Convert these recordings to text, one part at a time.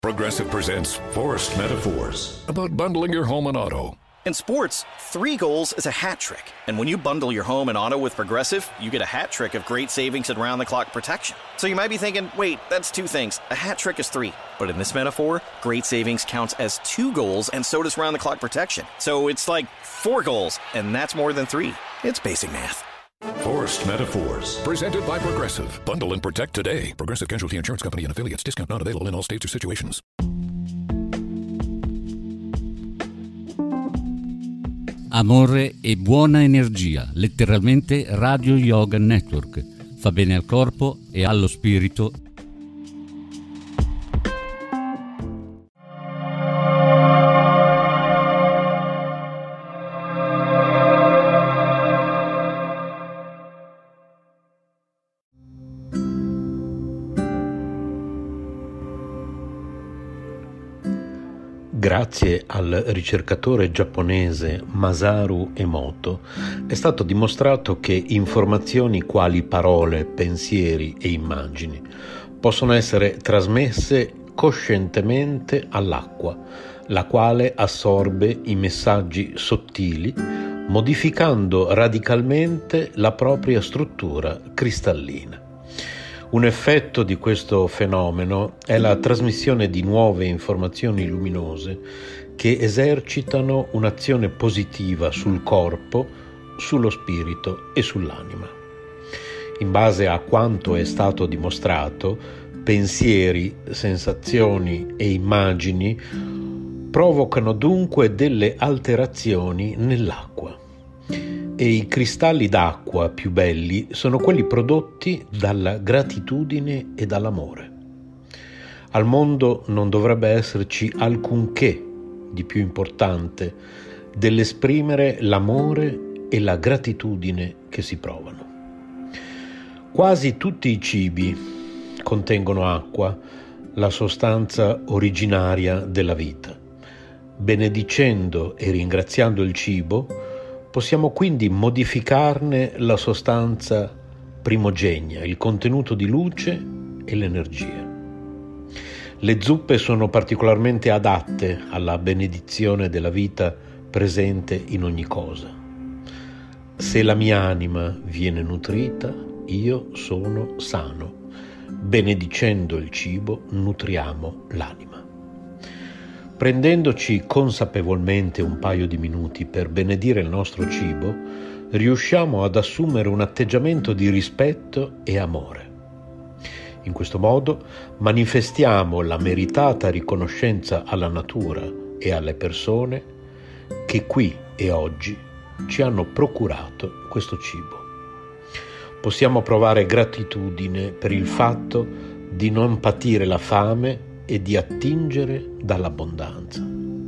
Progressive presents Forced Metaphors about bundling your home and auto. In sports, 3 goals is a hat trick. And when you bundle your home and auto with Progressive, you get a hat trick of great savings and round-the-clock protection. So you might be thinking, wait, that's 2 things. A hat trick is 3. But in this metaphor, great savings counts as 2 goals, and so does round-the-clock protection. So it's like 4 goals, and that's more than 3. It's basic math. Forced Metaphors, presented by Progressive. Bundle and protect today. Progressive Casualty Insurance Company and affiliates. Discount not available in all states or situations. Amore e buona energia, letteralmente Radio Yoga Network. Fa bene al corpo e allo spirito. Grazie al ricercatore giapponese Masaru Emoto è stato dimostrato che informazioni quali parole, pensieri e immagini possono essere trasmesse coscientemente all'acqua, la quale assorbe i messaggi sottili, modificando radicalmente la propria struttura cristallina. Un effetto di questo fenomeno è la trasmissione di nuove informazioni luminose che esercitano un'azione positiva sul corpo, sullo spirito e sull'anima. In base a quanto è stato dimostrato, pensieri, sensazioni e immagini provocano dunque delle alterazioni nell'acqua. E i cristalli d'acqua più belli sono quelli prodotti dalla gratitudine e dall'amore. Al mondo non dovrebbe esserci alcunché di più importante dell'esprimere l'amore e la gratitudine che si provano. Quasi tutti i cibi contengono acqua, la sostanza originaria della vita. Benedicendo e ringraziando il cibo, possiamo quindi modificarne la sostanza primogenia, il contenuto di luce e l'energia. Le zuppe sono particolarmente adatte alla benedizione della vita presente in ogni cosa. Se la mia anima viene nutrita, io sono sano. Benedicendo il cibo, nutriamo l'anima. Prendendoci consapevolmente un paio di minuti per benedire il nostro cibo, riusciamo ad assumere un atteggiamento di rispetto e amore. In questo modo manifestiamo la meritata riconoscenza alla natura e alle persone che qui e oggi ci hanno procurato questo cibo. Possiamo provare gratitudine per il fatto di non patire la fame e di attingere dall'abbondanza.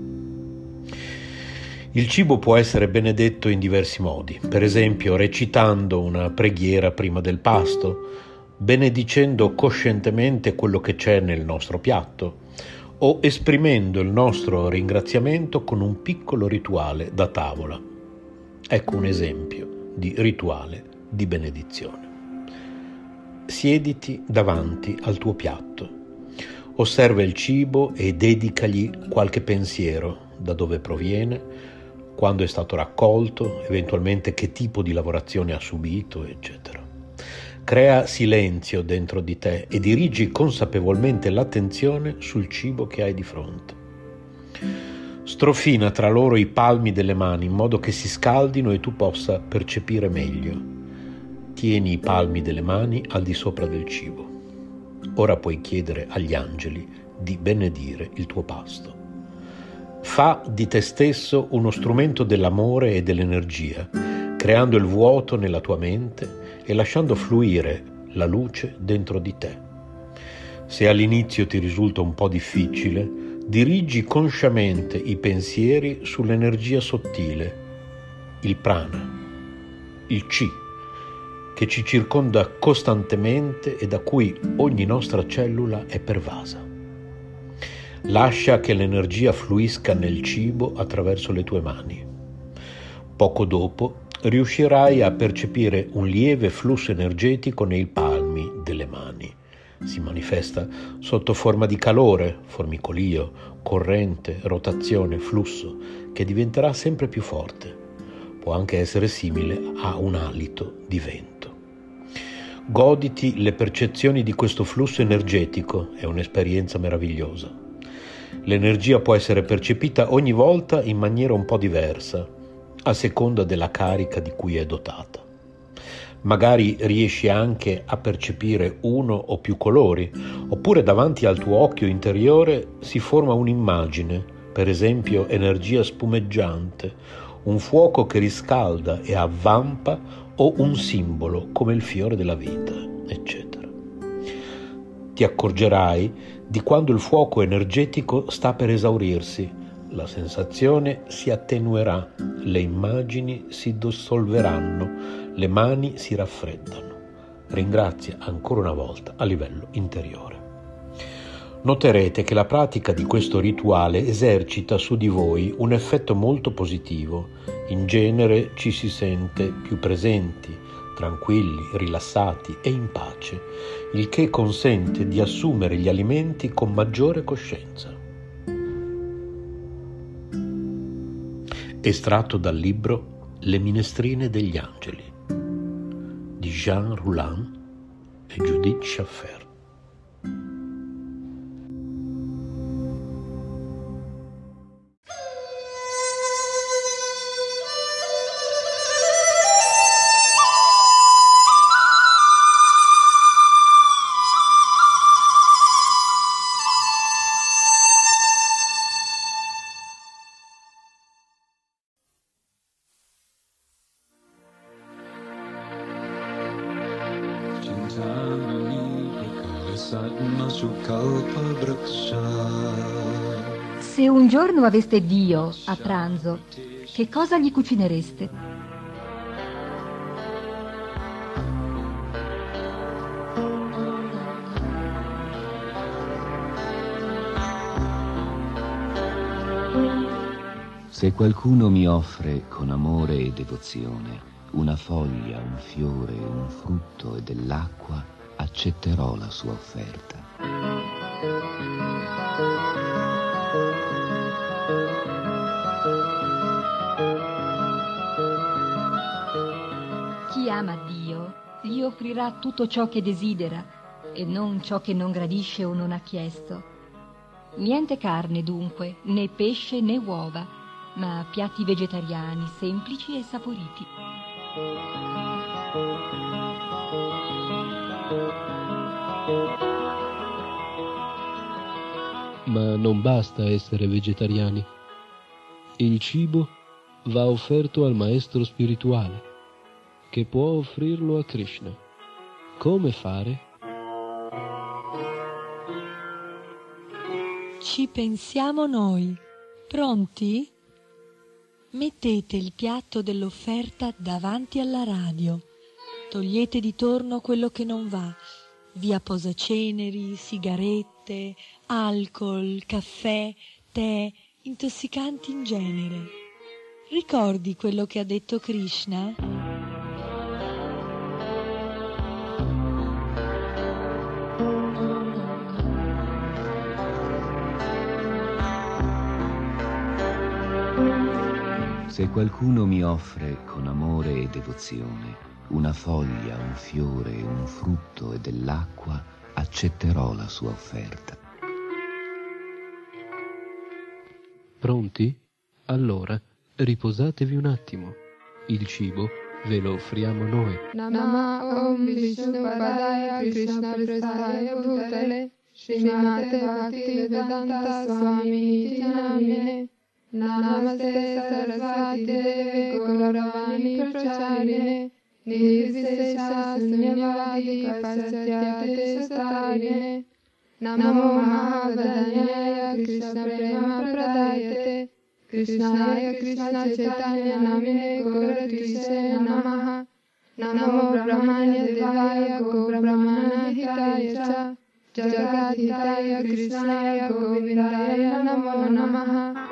Il cibo può essere benedetto in diversi modi, per esempio recitando una preghiera prima del pasto, benedicendo coscientemente quello che c'è nel nostro piatto o esprimendo il nostro ringraziamento con un piccolo rituale da tavola. Ecco un esempio di rituale di benedizione. Siediti davanti al tuo piatto. Osserva il cibo e dedicagli qualche pensiero, da dove proviene, quando è stato raccolto, eventualmente che tipo di lavorazione ha subito, eccetera. Crea silenzio dentro di te e dirigi consapevolmente l'attenzione sul cibo che hai di fronte. Strofina tra loro i palmi delle mani in modo che si scaldino e tu possa percepire meglio. Tieni i palmi delle mani al di sopra del cibo. Ora puoi chiedere agli angeli di benedire il tuo pasto. Fa di te stesso uno strumento dell'amore e dell'energia, creando il vuoto nella tua mente e lasciando fluire la luce dentro di te. Se all'inizio ti risulta un po' difficile, dirigi consciamente i pensieri sull'energia sottile, il prana, il chi, che ci circonda costantemente e da cui ogni nostra cellula è pervasa. Lascia che l'energia fluisca nel cibo attraverso le tue mani. Poco dopo riuscirai a percepire un lieve flusso energetico nei palmi delle mani. Si manifesta sotto forma di calore, formicolio, corrente, rotazione, flusso, che diventerà sempre più forte. Può anche essere simile a un alito di vento. Goditi le percezioni di questo flusso energetico, è un'esperienza meravigliosa. L'energia può essere percepita ogni volta in maniera un po' diversa, a seconda della carica di cui è dotata. Magari riesci anche a percepire uno o più colori, oppure davanti al tuo occhio interiore si forma un'immagine, per esempio energia spumeggiante, un fuoco che riscalda e avvampa o un simbolo come il fiore della vita, eccetera. Ti accorgerai di quando il fuoco energetico sta per esaurirsi, la sensazione si attenuerà, le immagini si dissolveranno, le mani si raffreddano. Ringrazia ancora una volta a livello interiore. Noterete che la pratica di questo rituale esercita su di voi un effetto molto positivo. In genere ci si sente più presenti, tranquilli, rilassati e in pace, il che consente di assumere gli alimenti con maggiore coscienza. Estratto dal libro Le minestrine degli angeli di Jean Roulin e Judith Schaffer. Se un giorno aveste Dio a pranzo, che cosa gli cucinereste? Se qualcuno mi offre con amore e devozione una foglia, un fiore, un frutto e dell'acqua, accetterò la sua offerta. Chi ama Dio gli offrirà tutto ciò che desidera e non ciò che non gradisce o non ha chiesto. Niente carne dunque, né pesce né uova, ma piatti vegetariani semplici e saporiti. Ma non basta essere vegetariani. Il cibo va offerto al maestro spirituale, che può offrirlo a Krishna. Come fare? Ci pensiamo noi. Pronti? Mettete il piatto dell'offerta davanti alla radio. Togliete di torno quello che non va. Via posaceneri, sigarette, alcol, caffè, tè, intossicanti in genere. Ricordi quello che ha detto Krishna? Se qualcuno mi offre con amore e devozione una foglia, un fiore, un frutto e dell'acqua, accetterò la sua offerta. Pronti? Allora, riposatevi un attimo. Il cibo ve lo offriamo noi. Nama Om Vishnu Padaya Krishna Prasaya Bhutale Srimate Bhakti Vedanta Swami Iti Namine Namaste Sarasvati Deve Gauravani Pracharine Nirvisesha Sunyavadi Pasatyate Satarine Namo Mahadanyaya Krishna Prema Pradayate Krishnaya Krishna Chaitanya Namine Gauratrise Namaha Namo Brahmanya Devaya Go Brahmana Hitaya Cha Jagat Hitaya Krishnaya Govindaya Namo Namaha.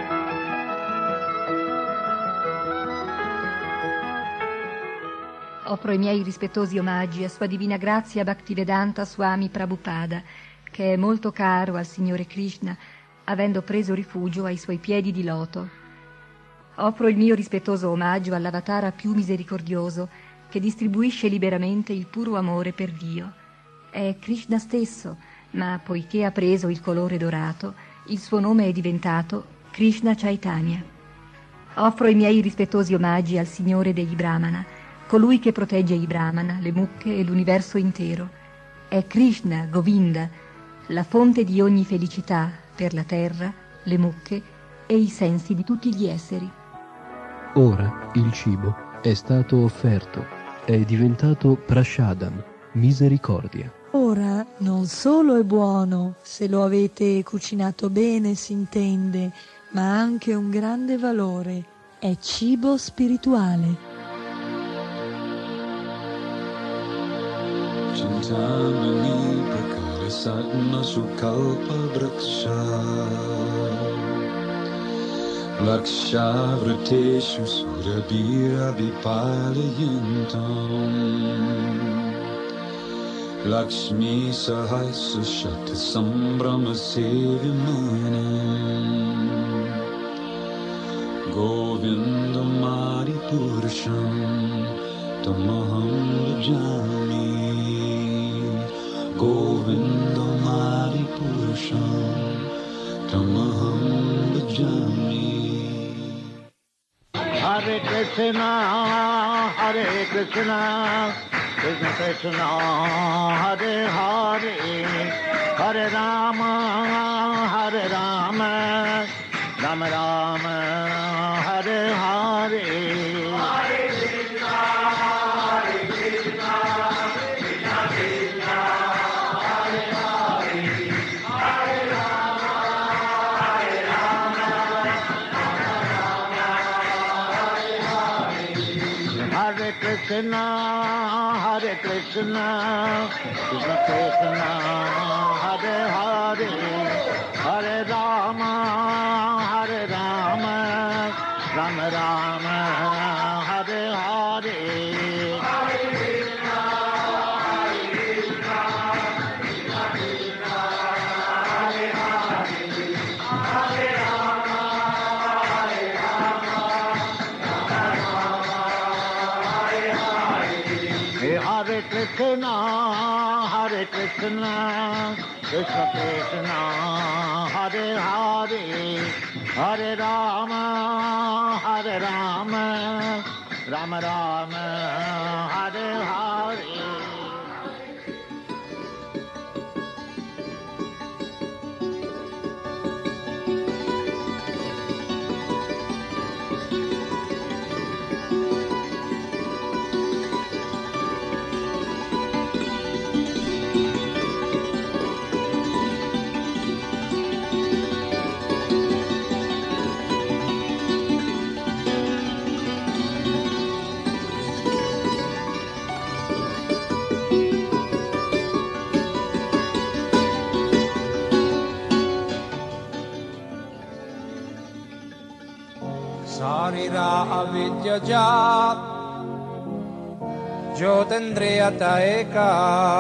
Ho Offro i miei rispettosi omaggi a Sua Divina Grazia Bhaktivedanta Swami Prabhupada, che è molto caro al Signore Krishna, avendo preso rifugio ai Suoi piedi di loto. Offro il mio rispettoso omaggio all'Avatara più misericordioso, che distribuisce liberamente il puro amore per Dio. È Krishna stesso, ma poiché ha preso il colore dorato, il suo nome è diventato Krishna Chaitanya. Offro i miei rispettosi omaggi al Signore dei Brahmana, colui che protegge i Brahmana, le mucche e l'universo intero. È Krishna Govinda, la fonte di ogni felicità per la terra, le mucche e i sensi di tutti gli esseri. Ora il cibo è stato offerto, è diventato prashadam, misericordia. Ora non solo è buono, se lo avete cucinato bene si intende, ma ha anche un grande valore, è cibo spirituale. Chintamani prakara satma sukalpa vraksha Laksha vrateshu surabhira vipalayantam Lakshmi sahaisa shata sambrama sevimanam Govinda Mari Purusham Tamaham Bhajami Govinda Mari Purusham Tamaham Bhajami Hare Krishna, Hare Krishna, Krishna Krishna, Hare Hare, Hare Rama, Rama Rama, Hare Hare. Hare Krishna, Hare Krishna, Krishna Krishna, Hare Hare, Hare Rama, Hare Krishna, Hare Krishna, Krishna Krishna, Hare Hare, Hare Rama, Rama Rama, Hare Hare. Hare Krishna, Hare Krishna, Krishna Krishna, Hare Hare, Hare Rama, Hare Krishna, Hare Krishna, Krishna Krishna, Hare Hare, Hare Rama, Rama Rama, Hare Hare. Sarira avidya jat Jyotendriyata eka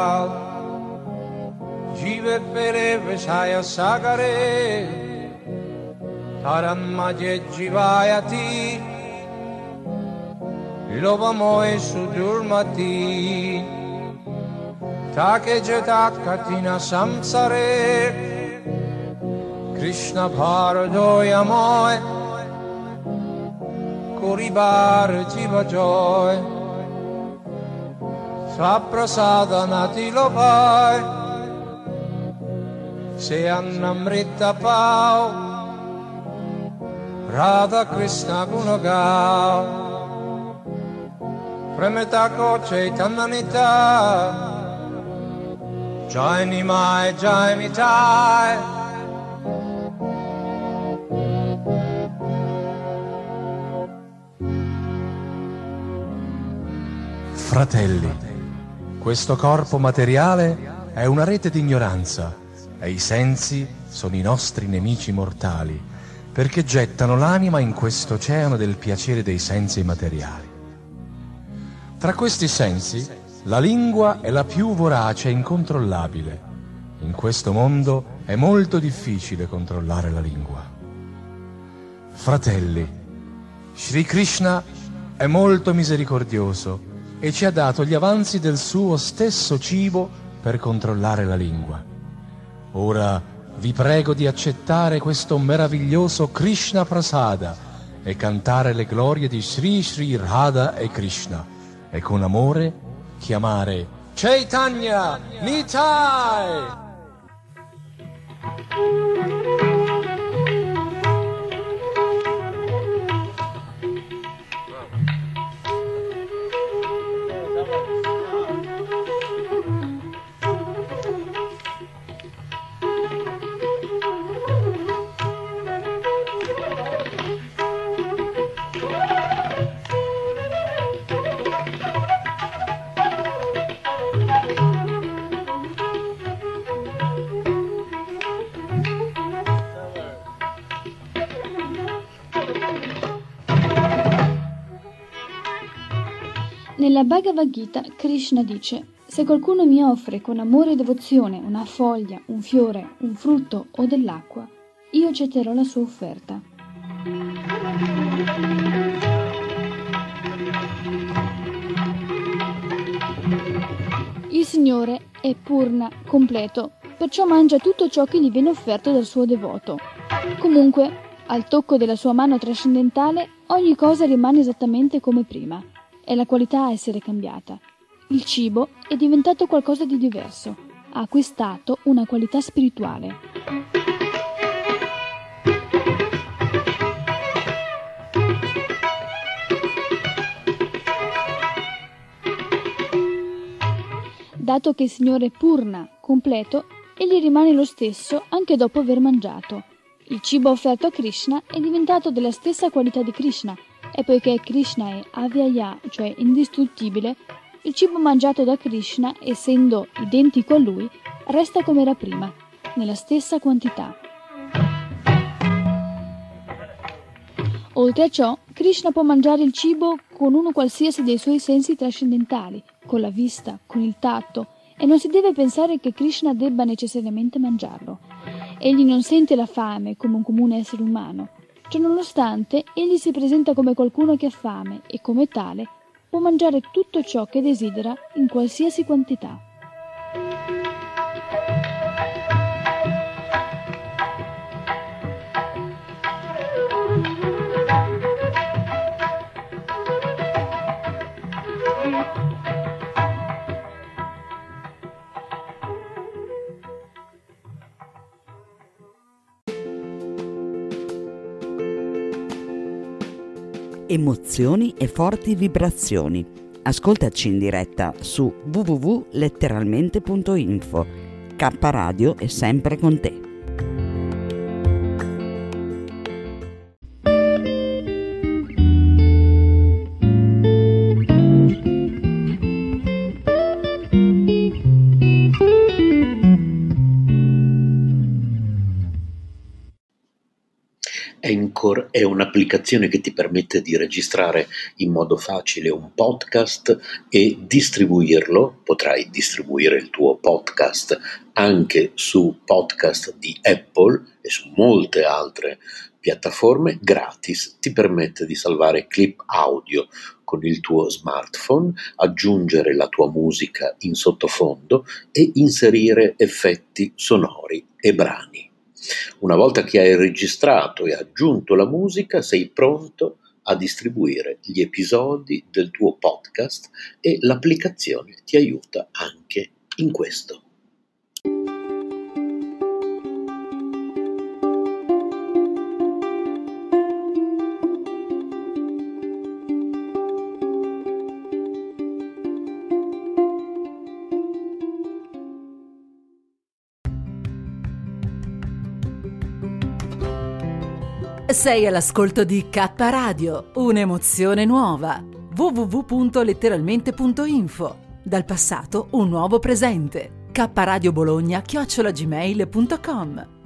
Jive pere vishaya sagare Taranmaje jivayati Lovamoe sudurmati Take jetat katina samsare Krishna bharadoyamoe Kuribar Jiva Joy Svaprasadanati Lopai Se Annamrita Pau Radha Krishna Gunagau Premetako Chaitananita Jai Nimai Jai Mitai Fratelli, questo corpo materiale è una rete di ignoranza e i sensi sono i nostri nemici mortali perché gettano l'anima in questo oceano del piacere dei sensi materiali. Tra questi sensi, la lingua è la più vorace e incontrollabile. In questo mondo è molto difficile controllare la lingua. Fratelli, Sri Krishna è molto misericordioso e ci ha dato gli avanzi del suo stesso cibo per controllare la lingua. Ora vi prego di accettare questo meraviglioso Krishna Prasada e cantare le glorie di Sri Sri Radha e Krishna e con amore chiamare Chaitanya Nitai! Nella Bhagavad Gita, Krishna dice: se qualcuno mi offre con amore e devozione una foglia, un fiore, un frutto o dell'acqua, io accetterò la sua offerta. Il Signore è Purna, completo, perciò mangia tutto ciò che gli viene offerto dal suo devoto. Comunque, al tocco della sua mano trascendentale, ogni cosa rimane esattamente come prima. È la qualità a essere cambiata. Il cibo è diventato qualcosa di diverso, ha acquistato una qualità spirituale. Dato che il Signore è Purna, completo, egli rimane lo stesso anche dopo aver mangiato. Il cibo offerto a Krishna è diventato della stessa qualità di Krishna, e poiché Krishna è Avyaya, cioè indistruttibile, il cibo mangiato da Krishna, essendo identico a lui, resta come era prima, nella stessa quantità. Oltre a ciò, Krishna può mangiare il cibo con uno qualsiasi dei suoi sensi trascendentali, con la vista, con il tatto, e non si deve pensare che Krishna debba necessariamente mangiarlo. Egli non sente la fame come un comune essere umano. Ciononostante, egli si presenta come qualcuno che ha fame e, come tale, può mangiare tutto ciò che desidera in qualsiasi quantità. Emozioni e forti vibrazioni. Ascoltaci in diretta su www.letteralmente.info. K Radio è sempre con te. Anchor è un'applicazione che ti permette di registrare in modo facile un podcast e distribuirlo. Potrai distribuire il tuo podcast anche su podcast di Apple e su molte altre piattaforme gratis. Ti permette di salvare clip audio con il tuo smartphone, aggiungere la tua musica in sottofondo e inserire effetti sonori e brani. Una volta che hai registrato e aggiunto la musica, sei pronto a distribuire gli episodi del tuo podcast e l'applicazione ti aiuta anche in questo. Sei all'ascolto di K Radio, un'emozione nuova. www.letteralmente.info. Dal passato un nuovo presente. kradiobologna@gmail.com.